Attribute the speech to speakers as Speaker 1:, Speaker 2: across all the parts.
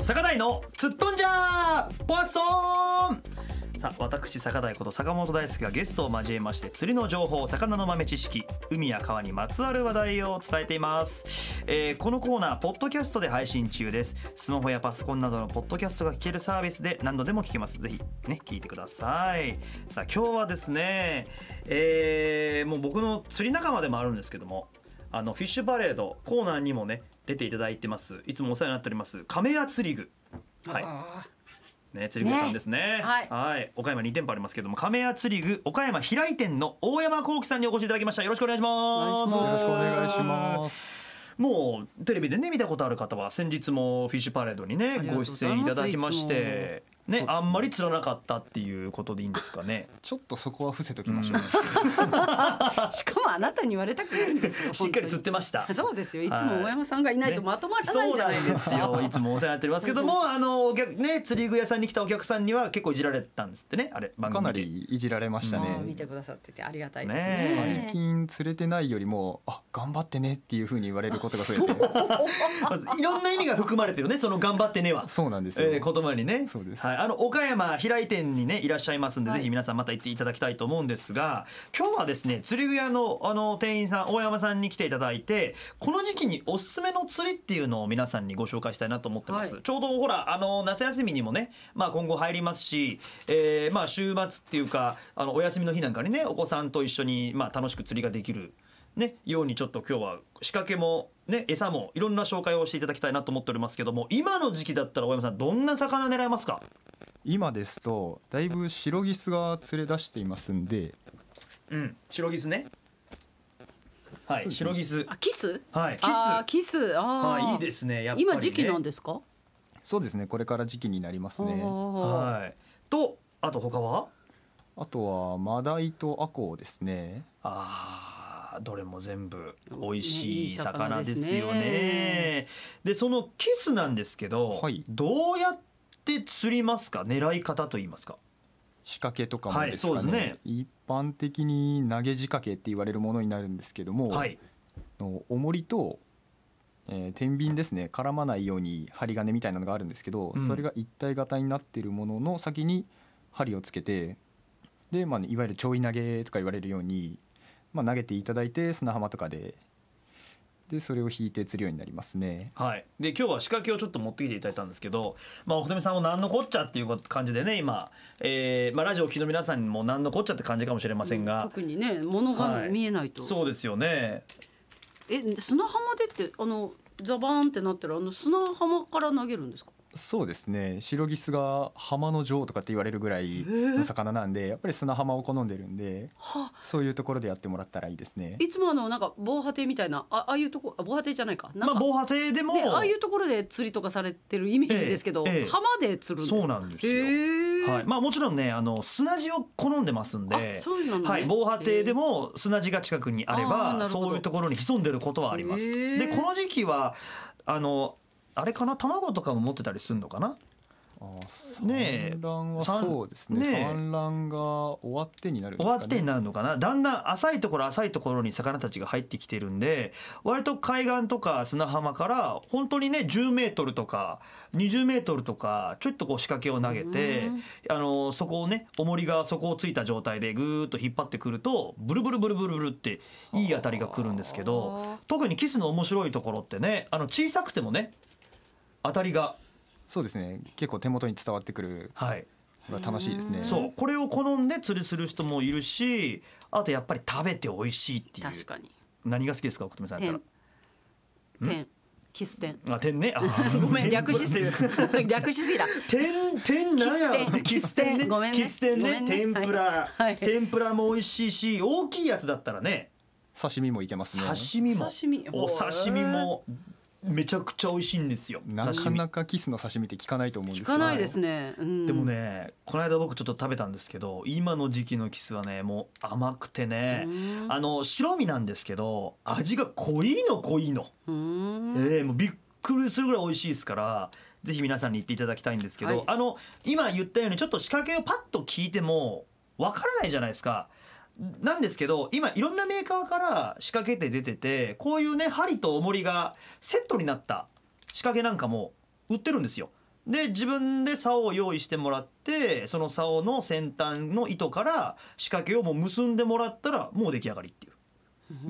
Speaker 1: 坂大のつっとんじゃーポワッソーン。さあ私坂大こと坂本大輔がゲストを交えまして釣りの情報、魚の豆知識、海や川にまつわる話題を伝えています。このコーナーポッドキャストで配信中です。スマホやパソコンなどのポッドキャストが聞けるサービスで何度でも聞けます。ぜひね聞いてください。さあ今日はですね、もう僕の釣り仲間でもあるんですけども、フィッシュパレードコーナーにもね出ていただいてます。いつもお世話になっております亀屋釣り具、はいね、釣り具屋さんですね。はい、岡山2店舗ありますけども、亀屋釣り具岡山平井店の大山幸喜さんにお越しいただきました。よろしくお願いします。
Speaker 2: よろしくお願いします。
Speaker 1: もうテレビでね見たことある方は先日もフィッシュパレードにねご出演いただきましてね、あんまり釣らなかったっていうことでいいんですかね。
Speaker 2: ちょっとそこは伏せときましょう、
Speaker 3: しかもあなたに言われたくないんですよ。
Speaker 1: しっかり釣ってました。
Speaker 3: そうですよ。いつも大山さんがいないとまとまらないじゃないですか。
Speaker 1: そうなんですよ。いつもお世話になっておりますけども、ね釣り具屋さんに来たお客さんには結構いじられたんですってね。あれ番組
Speaker 2: かなりいじられましたね。
Speaker 3: 見てくださっててありがたいですね。
Speaker 2: 最近釣れてないよりも頑張ってねっていう風に言われることが増えて
Speaker 1: いろんな意味が含まれてるね、その頑張ってねは。
Speaker 2: そうなんですよ、
Speaker 1: 言葉にね。
Speaker 2: そうです、
Speaker 1: はい、岡山平井店にねいらっしゃいますんで、ぜひ皆さんまた行っていただきたいと思うんですが、今日はですね釣り具屋の店員さん大山さんに来ていただいて、この時期におすすめの釣りっていうのを皆さんにご紹介したいなと思ってます。ちょうどほら夏休みにもね、今後入りますし、週末っていうかお休みの日なんかにねお子さんと一緒に楽しく釣りができるね、ようにちょっと今日は仕掛けもね餌もいろんな紹介をしていただきたいなと思っておりますけども、今の時期だったら大山さんどんな魚狙いますか？
Speaker 2: 今ですとだいぶシロギスが釣れ出していますんで、
Speaker 1: シロギスね。はい、シロギス。
Speaker 3: キス？
Speaker 1: はい、
Speaker 3: キス。
Speaker 1: いいですね。やっぱりね。
Speaker 3: 今時期なんですか？
Speaker 2: そうですね。これから時期になりますね。
Speaker 1: はい。とあと他は？
Speaker 2: あとはマダイとアコウですね。
Speaker 1: どれも全部美味しい魚ですよね。でそのキスなんですけど、どうやって釣りますか？狙い方といいますか。
Speaker 2: 仕掛けとかもですかね。
Speaker 1: そうですね。
Speaker 2: 一般的に投げ仕掛けって言われるものになるんですけども、重りと、天秤ですね、絡まないように針金みたいなのがあるんですけど、それが一体型になっているものの先に針をつけて、で、いわゆるちょい投げとか言われるように、投げていただいて砂浜とかでそれを引いて釣るようになりますね。
Speaker 1: はい。で今日は仕掛けをちょっと持ってきていただいたんですけど、奥富さんも何のこっちゃっていう感じでね今、ラジオを聴きの皆さんにも何のこっちゃって感じかもしれませんが、
Speaker 3: 特にね物が見えないと、
Speaker 1: そうですよね。
Speaker 3: 砂浜でってザバーンってなったら砂浜から投げるんですか？
Speaker 2: そうですね。シロギスが浜の女王とかって言われるぐらいの魚なんで、やっぱり砂浜を好んでるんで、そういうところでやってもらったらいいですね。
Speaker 3: いつもなんか防波堤みたいなああいうとこ、防波堤じゃないか、
Speaker 1: 防波堤でも
Speaker 3: ああいうところで釣りとかされてるイメージですけど、浜で釣るんですか？
Speaker 1: そうなんですよ。はい。もちろんね砂地を好んでますんで、はい、防波堤でも砂地が近くにあればそういうところに潜んでることはあります。でこの時期はあれかな、卵とかも持ってたりするのかな。
Speaker 2: 産卵はそうですね。産卵が終わってになるんですかね。
Speaker 1: 終わってになるのかな。だんだん浅いところに魚たちが入ってきてるんで、割と海岸とか砂浜から本当にね10メートルとか20メートルとかちょっと仕掛けを投げて、そこをね重りが底をついた状態でぐーっと引っ張ってくるとブルブルブルブルブルっていい当たりが来るんですけど、特にキスの面白いところってね小さくてもね当たりが
Speaker 2: そうですね、結構手元に伝わってくるのが楽しいですね。
Speaker 1: そうこれを好んで釣りする人もいるし、あとやっぱり食べて美味しいっていう。
Speaker 3: 確かに。
Speaker 1: 何が好きですか奥富さんやったら？
Speaker 3: キス天。
Speaker 1: 天ね。
Speaker 3: ごめん略しすぎだ。
Speaker 1: 天なんや。キス天ね。
Speaker 3: ごめんね。
Speaker 1: キス天ね。天ぷらも美味しいし、大きいやつだったらね
Speaker 2: 刺身もいけますね。
Speaker 1: お刺身もめちゃくちゃ美味しいんですよ。
Speaker 2: なかなかキスの刺身って聞かないと思うんですけど。
Speaker 3: 聞かないですね。
Speaker 1: でもねこの間僕ちょっと食べたんですけど、今の時期のキスはねもう甘くてね、白身なんですけど味が濃いの。もうびっくりするぐらい美味しいですから、ぜひ皆さんに言っていただきたいんですけど、今言ったようにちょっと仕掛けをパッと聞いてもわからないじゃないですか。なんですけど今いろんなメーカーから仕掛けて出てて、こういうね針と重りがセットになった仕掛けなんかも売ってるんですよ。 で自分で竿を用意してもらって、その竿の先端の糸から仕掛けをもう結んでもらったらもう出来上がりっていう、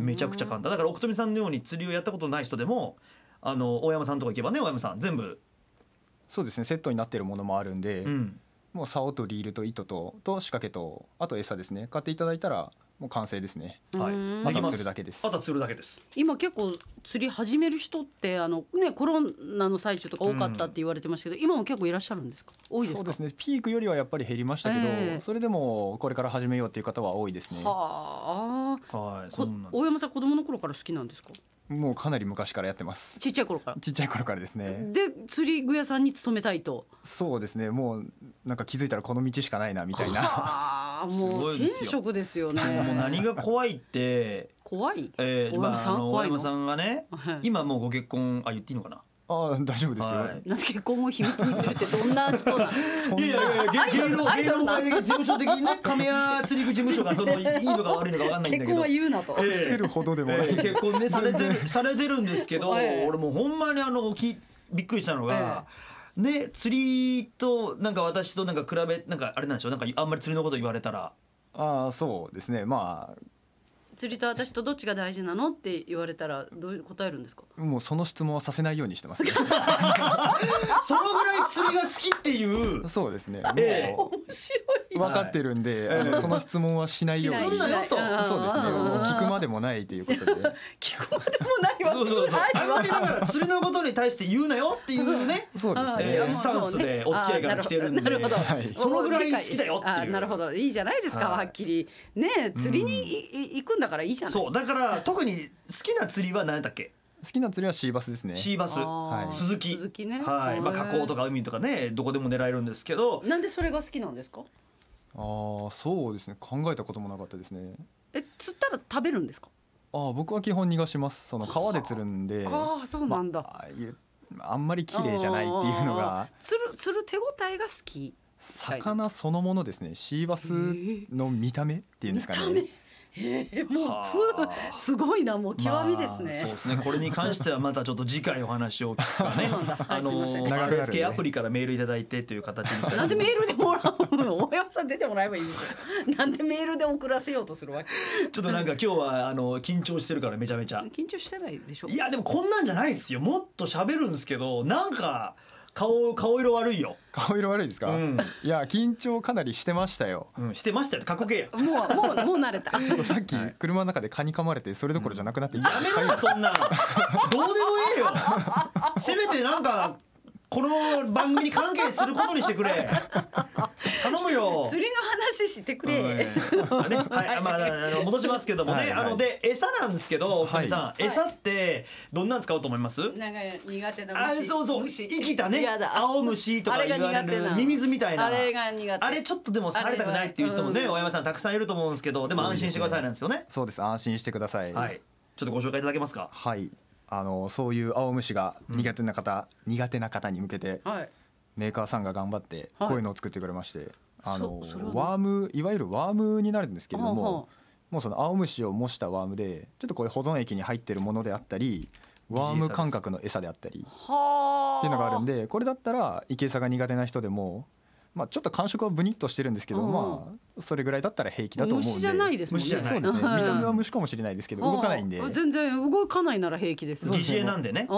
Speaker 1: めちゃくちゃ簡単だから、奥富さんのように釣りをやったことない人でも大山さんとか行けばね、大山さん全部
Speaker 2: そうですね、セットになっているものもあるんで、もう竿とリールと糸と仕掛けとあと餌ですね、買っていただいたらもう完成ですね。
Speaker 1: はい、
Speaker 2: あとは釣るだけです。
Speaker 1: あとは釣るだけです。
Speaker 3: 今結構釣り始める人ってね、コロナの最中とか多かったって言われてましたけど、今も結構いらっしゃるんですか？多いですか？
Speaker 2: そうですね、ピークよりはやっぱり減りましたけど、それでもこれから始めようっていう方は多いですね。
Speaker 3: はあ、
Speaker 1: はい、そうなんです。
Speaker 3: 大山さん子供の頃から好きなんですか？
Speaker 2: もうかなり昔からやってます。
Speaker 3: ちっちゃい頃から。
Speaker 2: ちっちゃい頃からですね。
Speaker 3: で釣り具屋さんに勤めたいと。
Speaker 2: そうですね、もうなんか気づいたらこの道しかないなみたいな。
Speaker 3: ああ、もう転職ですよね。
Speaker 1: もう何が怖いって
Speaker 3: 怖い。
Speaker 1: 大山さん、大山さんがね、今もうご結婚言っていいのかな。
Speaker 2: 大丈夫ですよ。
Speaker 3: なんで結婚を秘密にするってどんな人な？
Speaker 1: いや芸能界事務所的にね、亀屋釣り具事務所がいいのか悪いのか分かんないんだけど、
Speaker 3: 結婚は言うなと。
Speaker 2: つけるほどでもない。
Speaker 1: 結婚ねされてるんですけど、俺もうほんまにびっくりしたのが。ね、釣りとなんか私となんか比べなんかあれなんでしょう、なんかあんまり釣りのこと言われたら、
Speaker 2: そうですね、まあ
Speaker 3: 釣りと私とどっちが大事なのって言われたらどういう答えるんですか？
Speaker 2: もうその質問はさせないようにしてますね。
Speaker 1: そのぐらい釣りが好きっていう。
Speaker 2: そうですね、もう
Speaker 3: 面白い。
Speaker 2: 分かってるんで、その質問はしないように。
Speaker 1: すんなよと。
Speaker 2: そうですね、もう聞くまでもないということで。
Speaker 3: 聞くまでもないわ。
Speaker 1: そうあんまりだから釣りのことに対して言うなよっていうね、
Speaker 2: そうですね、
Speaker 1: スタンスでお付き合いから来てるんで、そのぐらい好きだよっていう。
Speaker 3: なるほど、いいじゃないですか、はっきりね、釣りに行くんだからいいじゃない。
Speaker 1: そうだから特に好きな釣りは何だっけ？
Speaker 2: 好きな釣りはシーバスですね。
Speaker 1: シーバス、鈴木
Speaker 3: ね。
Speaker 1: はい、まあ河口とか海とかね、どこでも狙えるんですけど。
Speaker 3: なんでそれが好きなんですか？
Speaker 2: そうですね、考えたこともなかったですね。
Speaker 3: 釣ったら食べるんですか？
Speaker 2: 僕は基本逃がします。その川で釣るんで。
Speaker 3: そうなんだ。
Speaker 2: あんまり綺麗じゃないっていうのが。
Speaker 3: 釣る手応えが好き。
Speaker 2: 魚そのものですね。シーバスの見た目っていうんですかね。
Speaker 3: もうすごいな、もう極みですね。
Speaker 1: そうですね、これに関してはまたちょっと次回お話を聞くかね。RSK アプリからメールいただいてという形にして。
Speaker 3: なんでメールでもらうの？大山さん出てもらえばいいでしょ。なんでメールで送らせようとするわけ？
Speaker 1: ちょっとなんか今日は緊張してるからめちゃめちゃ。
Speaker 3: 緊張してないでしょ。
Speaker 1: いやでもこんなんじゃないですよ。もっと喋るんですけど、なんか顔色悪いよ。
Speaker 2: 顔色悪いですか？いや緊張かなりしてましたよ。
Speaker 1: してましたよ。過去形や。
Speaker 3: もう慣れた。
Speaker 2: ちょっとさっき車の中で蚊に噛まれてそれどころじゃなくなって、
Speaker 1: やめろよそんなの。どうでもいいよ。せめてなんかこの番組に関係することにしてくれ。頼むよ。
Speaker 3: 釣りの話してくれ。
Speaker 1: 戻しますけどもね。で餌なんですけど、奥富さん、餌ってどんなん使うと思います？
Speaker 3: なんか苦手な虫。
Speaker 1: そう生きたね、青虫とか言われるミミズみたいな。
Speaker 3: あれが苦手。
Speaker 1: あれちょっとでも触りたくないっていう人もね、大山さんたくさんいると思うんですけど、でも安心してくださいなんですよね。
Speaker 2: そうです、安心してください。
Speaker 1: はい。ちょっとご紹介いただけますか？
Speaker 2: はい。そういう青虫が苦手な方に向けて、メーカーさんが頑張ってこういうのを作ってくれまして、ワーム、いわゆるワームになるんですけれども、もうその青虫を模したワームで、ちょっとこういう保存液に入ってるものであったり、ワーム感覚の餌であったりっていうのがあるんで、これだったら生き餌が苦手な人でも、ちょっと感触はブニッとしてるんですけど、それぐらいだったら平気だと思うんで。
Speaker 3: 虫じゃないですもんね。
Speaker 2: そうですね、見た目は虫かもしれないですけど動かないんで。
Speaker 3: 全然動かないなら平気です。
Speaker 1: 疑似餌なんでね。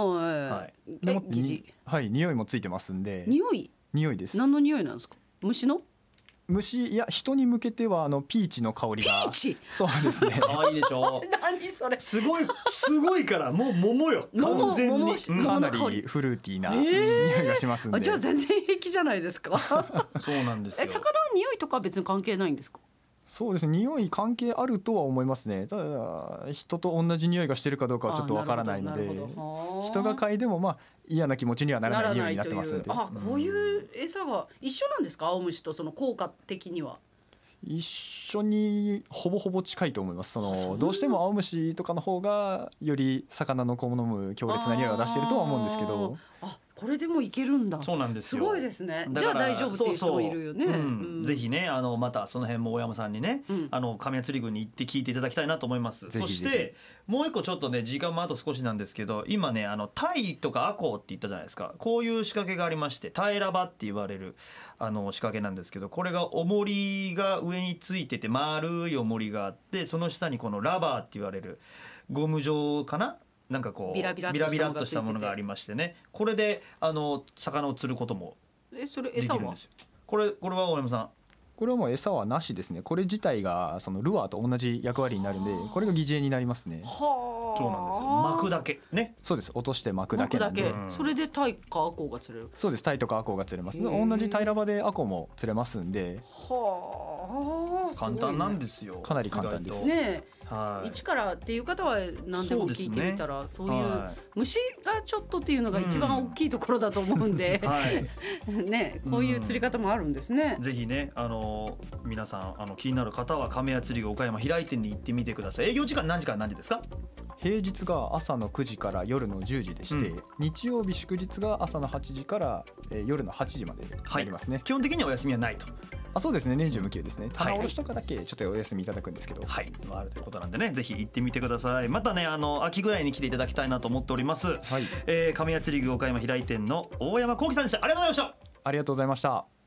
Speaker 2: はい、匂いもついてますんで。匂いです。
Speaker 3: 何の匂いなんですか？虫、
Speaker 2: いや人に向けてはピーチの香りが。
Speaker 3: ピーチ。
Speaker 2: そうですね。
Speaker 1: 可愛いでしょ。
Speaker 3: 何それ。
Speaker 1: すごいからもう桃よ。完全に
Speaker 2: かなりフルーティーな匂いがしますんで。
Speaker 3: じゃあ全然平気じゃないですか。
Speaker 1: そうなんですよ。
Speaker 3: 魚は匂いとか別に関係ないんですか？
Speaker 2: そうですね、匂い関係あるとは思いますね。ただ人と同じ匂いがしてるかどうかはちょっとわからないので、人が嗅いでも嫌な気持ちにはならない匂いになってますんで。
Speaker 3: こういう餌が一緒なんですか？青虫とその効果的には。
Speaker 2: 一緒にほぼほぼ近いと思います。どうしても青虫とかの方がより魚の好む強烈な匂いを出しているとは思うんですけど。
Speaker 3: これでもいけるんだ。
Speaker 1: そうなんですよ。
Speaker 3: すごいですね。じゃあ大丈夫っていう人もいるよね。
Speaker 1: ぜひねまたその辺も大山さんにね、神谷釣り軍に行って聞いていただきたいなと思います。そしてもう一個ちょっとね時間もあと少しなんですけど、今ねタイとかアコウって言ったじゃないですか。こういう仕掛けがありまして、タイラバって言われる仕掛けなんですけど、これが重りが上についてて丸い重りがあって、その下にこのラバーって言われるゴム状かな、なんかこう
Speaker 3: ビラビラっ
Speaker 1: としたものがありましてね、これで魚を釣ることも
Speaker 3: それ
Speaker 1: できるんですよ。これは大山さん。
Speaker 2: これはもう餌はなしですね。これ自体がそのルアーと同じ役割になるんで、これが疑似餌になりますね。
Speaker 3: はあ。
Speaker 1: そうなんですよ。巻くだけね。
Speaker 2: そうです。落として巻くだけなんで。
Speaker 3: それでタイかアコウが釣れる。
Speaker 2: そうです。タイとかアコウが釣れます。同じタイラバでアコウも釣れますんで。
Speaker 3: はあ。
Speaker 1: 簡単なんですよ。
Speaker 2: かなり簡単です。
Speaker 3: ね。一からっていう方は何でも聞いてみたら、そういう虫がちょっとっていうのが一番大きいところだと思うんで、ね、こういう釣り方もあるんですね。
Speaker 1: ぜひね皆さん気になる方は亀屋釣り具岡山平井店に行ってみてください。営業時間何時から何時ですか？
Speaker 2: 平日が朝の9時から夜の10時でして、日曜日祝日が朝の8時から、夜の8時までありますね。
Speaker 1: 基本的にはお休みはないと。
Speaker 2: そうですね、年中無休ですね。棚卸しとかだけちょっとお休みいただくんですけど、
Speaker 1: あるということなんでね、ぜひ行ってみてください。またね秋ぐらいに来ていただきたいなと思っております。亀屋釣り具岡山平井店の大山幸喜さんでした。ありがとうございました。
Speaker 2: ありがとうございました。